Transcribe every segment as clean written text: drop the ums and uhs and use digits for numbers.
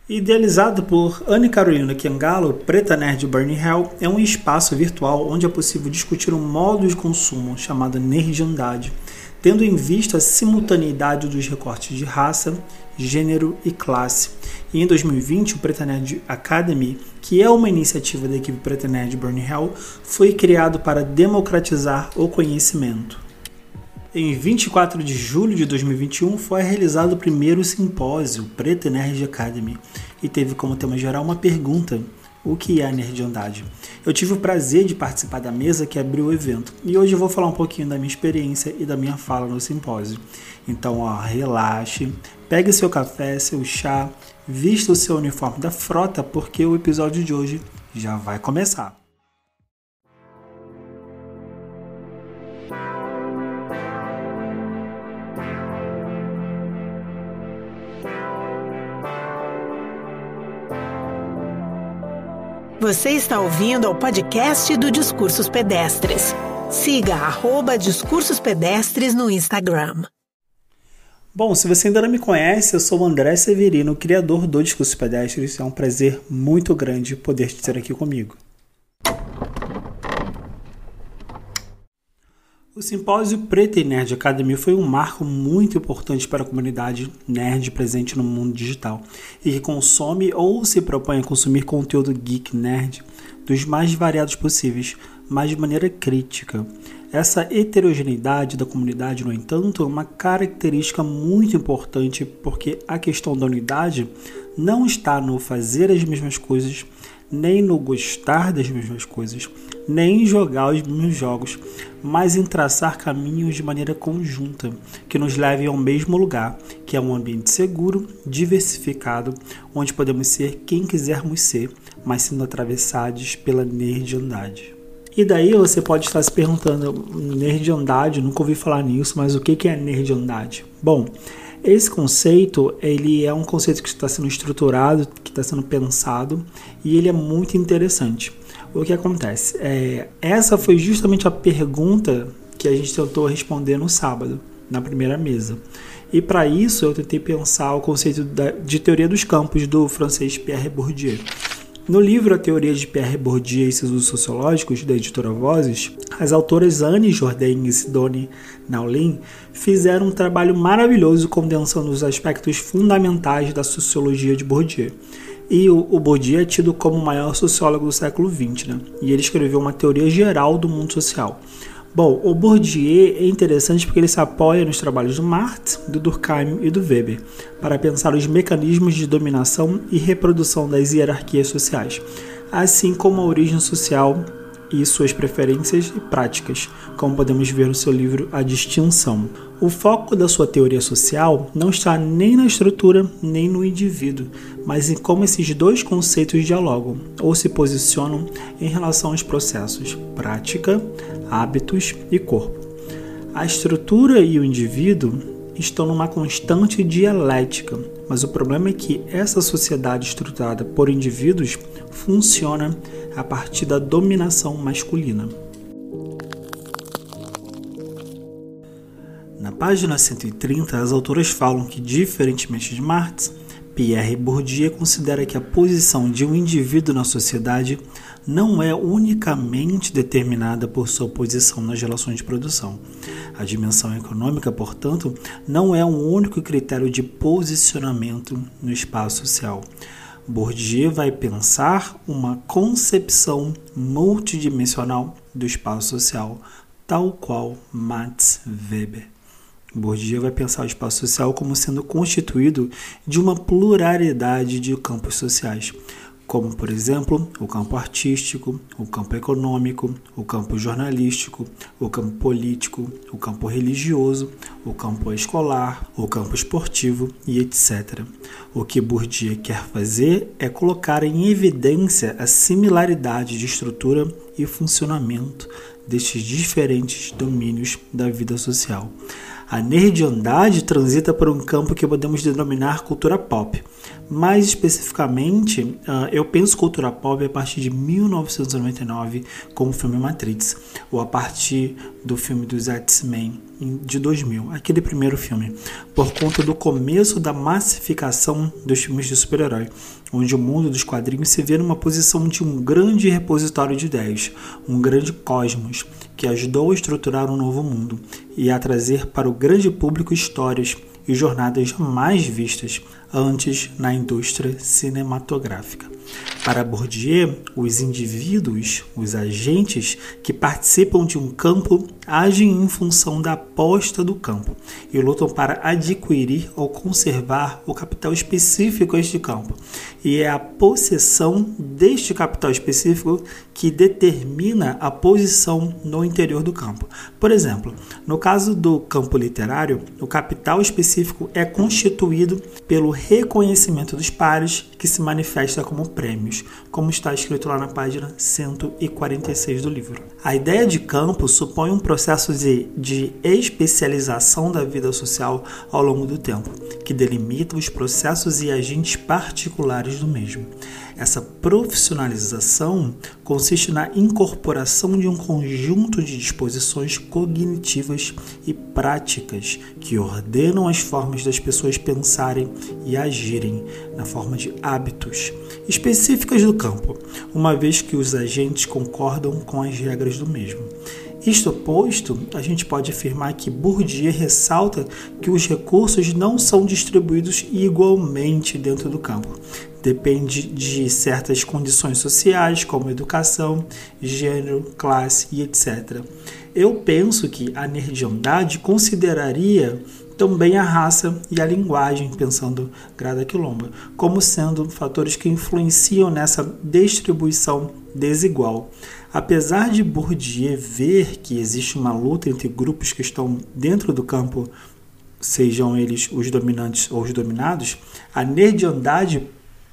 Idealizado por Anne Carolina Chiangalo, Preta Nerd Burning Hell é um espaço virtual onde é possível discutir um modo de consumo chamado nerdandade, tendo em vista a simultaneidade dos recortes de raça, gênero e classe. E em 2020, o Preta Nerd Academy, que é uma iniciativa da equipe Preta Nerd Burning Hell, foi criado para democratizar o conhecimento. Em 24 de julho de 2021 foi realizado o primeiro simpósio Preta Nerd Academy e teve como tema geral uma pergunta: o que é a nerdandade? Eu tive o prazer de participar da mesa que abriu o evento e hoje eu vou falar um pouquinho da minha experiência e da minha fala no simpósio. Então, relaxe, pegue seu café, seu chá, vista o seu uniforme da frota porque o episódio de hoje já vai começar. Você está ouvindo ao podcast do Discursos Pedestres. Siga @Discursos Pedestres no Instagram. Bom, se você ainda não me conhece, eu sou o André Severino, criador do Discursos Pedestres. É um prazer muito grande poder te ter aqui comigo. O simpósio Preta Nerd Academy foi um marco muito importante para a comunidade nerd presente no mundo digital e que consome ou se propõe a consumir conteúdo geek nerd dos mais variados possíveis, mas de maneira crítica. Essa heterogeneidade da comunidade, no entanto, é uma característica muito importante porque a questão da unidade não está no fazer as mesmas coisas, nem no gostar das mesmas coisas, nem em jogar os mesmos jogos, mas em traçar caminhos de maneira conjunta, que nos levem ao mesmo lugar, que é um ambiente seguro, diversificado, onde podemos ser quem quisermos ser, mas sendo atravessados pela nerdandade. E daí você pode estar se perguntando, nerdandade, nunca ouvi falar nisso, mas o que é nerdandade? Bom, esse conceito, ele é um conceito que está sendo estruturado, que está sendo pensado, e ele é muito interessante. O que acontece? Essa foi justamente a pergunta que a gente tentou responder no sábado, na primeira mesa. E para isso eu tentei pensar o conceito de teoria dos campos do francês Pierre Bourdieu. No livro A Teoria de Pierre Bourdieu e seus usos sociológicos, da editora Vozes, as autoras Anne Jourdain e Sidonie Naulin fizeram um trabalho maravilhoso condensando os aspectos fundamentais da sociologia de Bourdieu. E o Bourdieu é tido como o maior sociólogo do século XX, né? E ele escreveu uma teoria geral do mundo social. Bom, o Bourdieu é interessante porque ele se apoia nos trabalhos do Marx, do Durkheim e do Weber para pensar os mecanismos de dominação e reprodução das hierarquias sociais, assim como a origem social e suas preferências e práticas, como podemos ver no seu livro A Distinção. O foco da sua teoria social não está nem na estrutura nem no indivíduo, mas em como esses dois conceitos dialogam ou se posicionam em relação aos processos prática, hábitos e corpo. A estrutura e o indivíduo estão numa constante dialética, mas o problema é que essa sociedade estruturada por indivíduos funciona a partir da dominação masculina. Na página 130, as autoras falam que, diferentemente de Marx, Pierre Bourdieu considera que a posição de um indivíduo na sociedade não é unicamente determinada por sua posição nas relações de produção. A dimensão econômica, portanto, não é um único critério de posicionamento no espaço social. Bourdieu vai pensar uma concepção multidimensional do espaço social, tal qual Max Weber. Bourdieu vai pensar o espaço social como sendo constituído de uma pluralidade de campos sociais, como, por exemplo, o campo artístico, o campo econômico, o campo jornalístico, o campo político, o campo religioso, o campo escolar, o campo esportivo e etc. O que Bourdieu quer fazer é colocar em evidência a similaridade de estrutura e funcionamento destes diferentes domínios da vida social. A nerdandade transita por um campo que podemos denominar cultura pop, Mais especificamente, eu penso cultura pop a partir de 1999 com o filme Matrix, ou a partir do filme dos X-Men de 2000, aquele primeiro filme, por conta do começo da massificação dos filmes de super-herói, onde o mundo dos quadrinhos se vê numa posição de um grande repositório de ideias, um grande cosmos, que ajudou a estruturar um novo mundo e a trazer para o grande público histórias e jornadas jamais vistas antes na indústria cinematográfica. Para Bourdieu, os indivíduos, os agentes que participam de um campo agem em função da aposta do campo e lutam para adquirir ou conservar o capital específico a este campo. E é a possessão deste capital específico que determina a posição no interior do campo. Por exemplo, no caso do campo literário, o capital específico é constituído pelo reconhecimento dos pares que se manifesta como prêmios, como está escrito lá na página 146 do livro. A ideia de campo supõe um processo de especialização da vida social ao longo do tempo, que delimita os processos e agentes particulares do mesmo. Essa profissionalização consiste na incorporação de um conjunto de disposições cognitivas e práticas que ordenam as formas das pessoas pensarem e agirem na forma de hábitos específicas do campo, uma vez que os agentes concordam com as regras do mesmo. Isto posto, a gente pode afirmar que Bourdieu ressalta que os recursos não são distribuídos igualmente dentro do campo. Depende de certas condições sociais, como educação, gênero, classe e etc. Eu penso que a nerdiandade consideraria também a raça e a linguagem, pensando Grada Quilomba, como sendo fatores que influenciam nessa distribuição desigual. Apesar de Bourdieu ver que existe uma luta entre grupos que estão dentro do campo, sejam eles os dominantes ou os dominados, a nerdiandade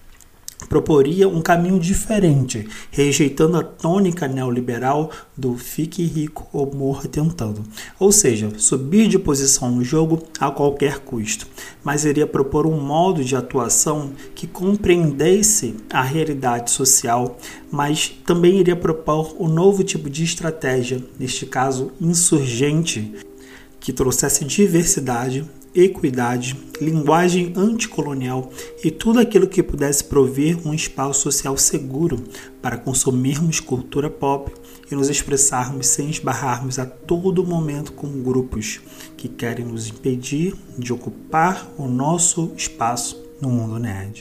proporia um caminho diferente, rejeitando a tônica neoliberal do fique rico ou morra tentando. Ou seja, subir de posição no jogo a qualquer custo, mas iria propor um modo de atuação que compreendesse a realidade social, mas também iria propor um novo tipo de estratégia, neste caso insurgente, que trouxesse diversidade, equidade, linguagem anticolonial e tudo aquilo que pudesse prover um espaço social seguro para consumirmos cultura pop e nos expressarmos sem esbarrarmos a todo momento com grupos que querem nos impedir de ocupar o nosso espaço no mundo nerd.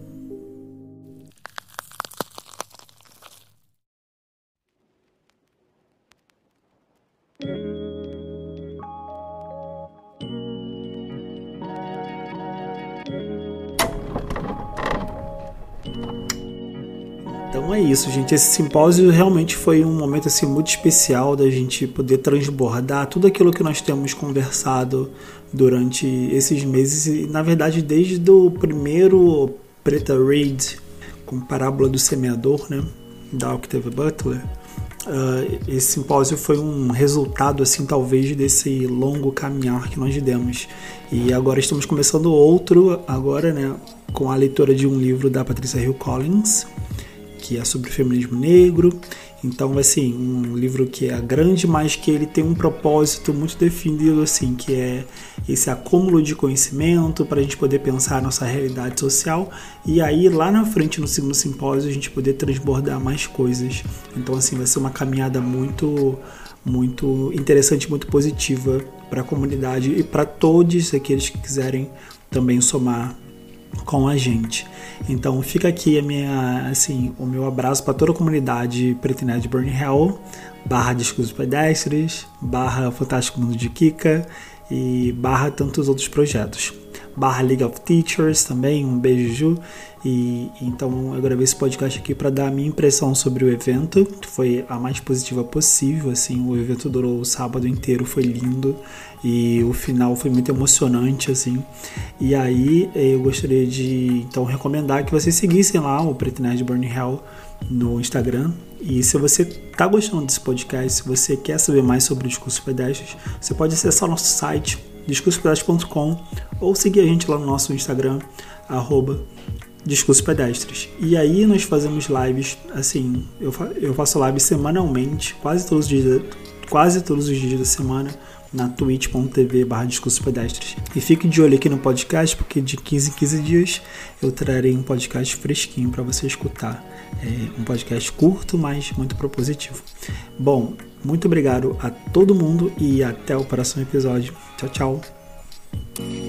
Então é isso, gente. Esse simpósio realmente foi um momento assim, muito especial da gente poder transbordar tudo aquilo que nós temos conversado durante esses meses e, na verdade, desde o primeiro Preta Read com Parábola do Semeador, né, da Octavia Butler. Esse simpósio foi um resultado, assim, talvez, desse longo caminhar que nós demos. E agora estamos começando outro, agora, né, com a leitura de um livro da Patricia Hill Collins, que é sobre o feminismo negro. Então, assim, um livro que é grande, mas que ele tem um propósito muito definido, assim, que é esse acúmulo de conhecimento para a gente poder pensar a nossa realidade social e aí, lá na frente, no segundo simpósio, a gente poder transbordar mais coisas. Então, assim, vai ser uma caminhada muito interessante, muito positiva para a comunidade e para todos aqueles que quiserem também somar com a gente. Então fica aqui o meu abraço para toda a comunidade Preta Nerd Burn Hell, /Discursos Pedestres, /Fantástico Mundo de Kika e /tantos outros projetos, /League of Teachers também. Um beijo, Ju. E então eu gravei esse podcast aqui para dar a minha impressão sobre o evento, que foi a mais positiva possível. Assim, o evento durou o sábado inteiro, foi lindo e o final foi muito emocionante, assim. E aí eu gostaria de então recomendar que vocês seguissem lá o Preta Nerd Burn Hell no Instagram. E se você está gostando desse podcast, se você quer saber mais sobre Discursos Pedestres, você pode acessar o nosso site discursospedestres.com ou seguir a gente lá no nosso Instagram Discursos Pedestres. E aí nós fazemos lives, assim, eu faço lives semanalmente, quase todos os dias da semana, na twitch.tv/Discursos Pedestres. E fique de olho aqui no podcast, porque de 15 em 15 dias eu trarei um podcast fresquinho para você escutar. Um podcast curto, mas muito propositivo. Bom, muito obrigado a todo mundo e até o próximo episódio. Tchau, tchau.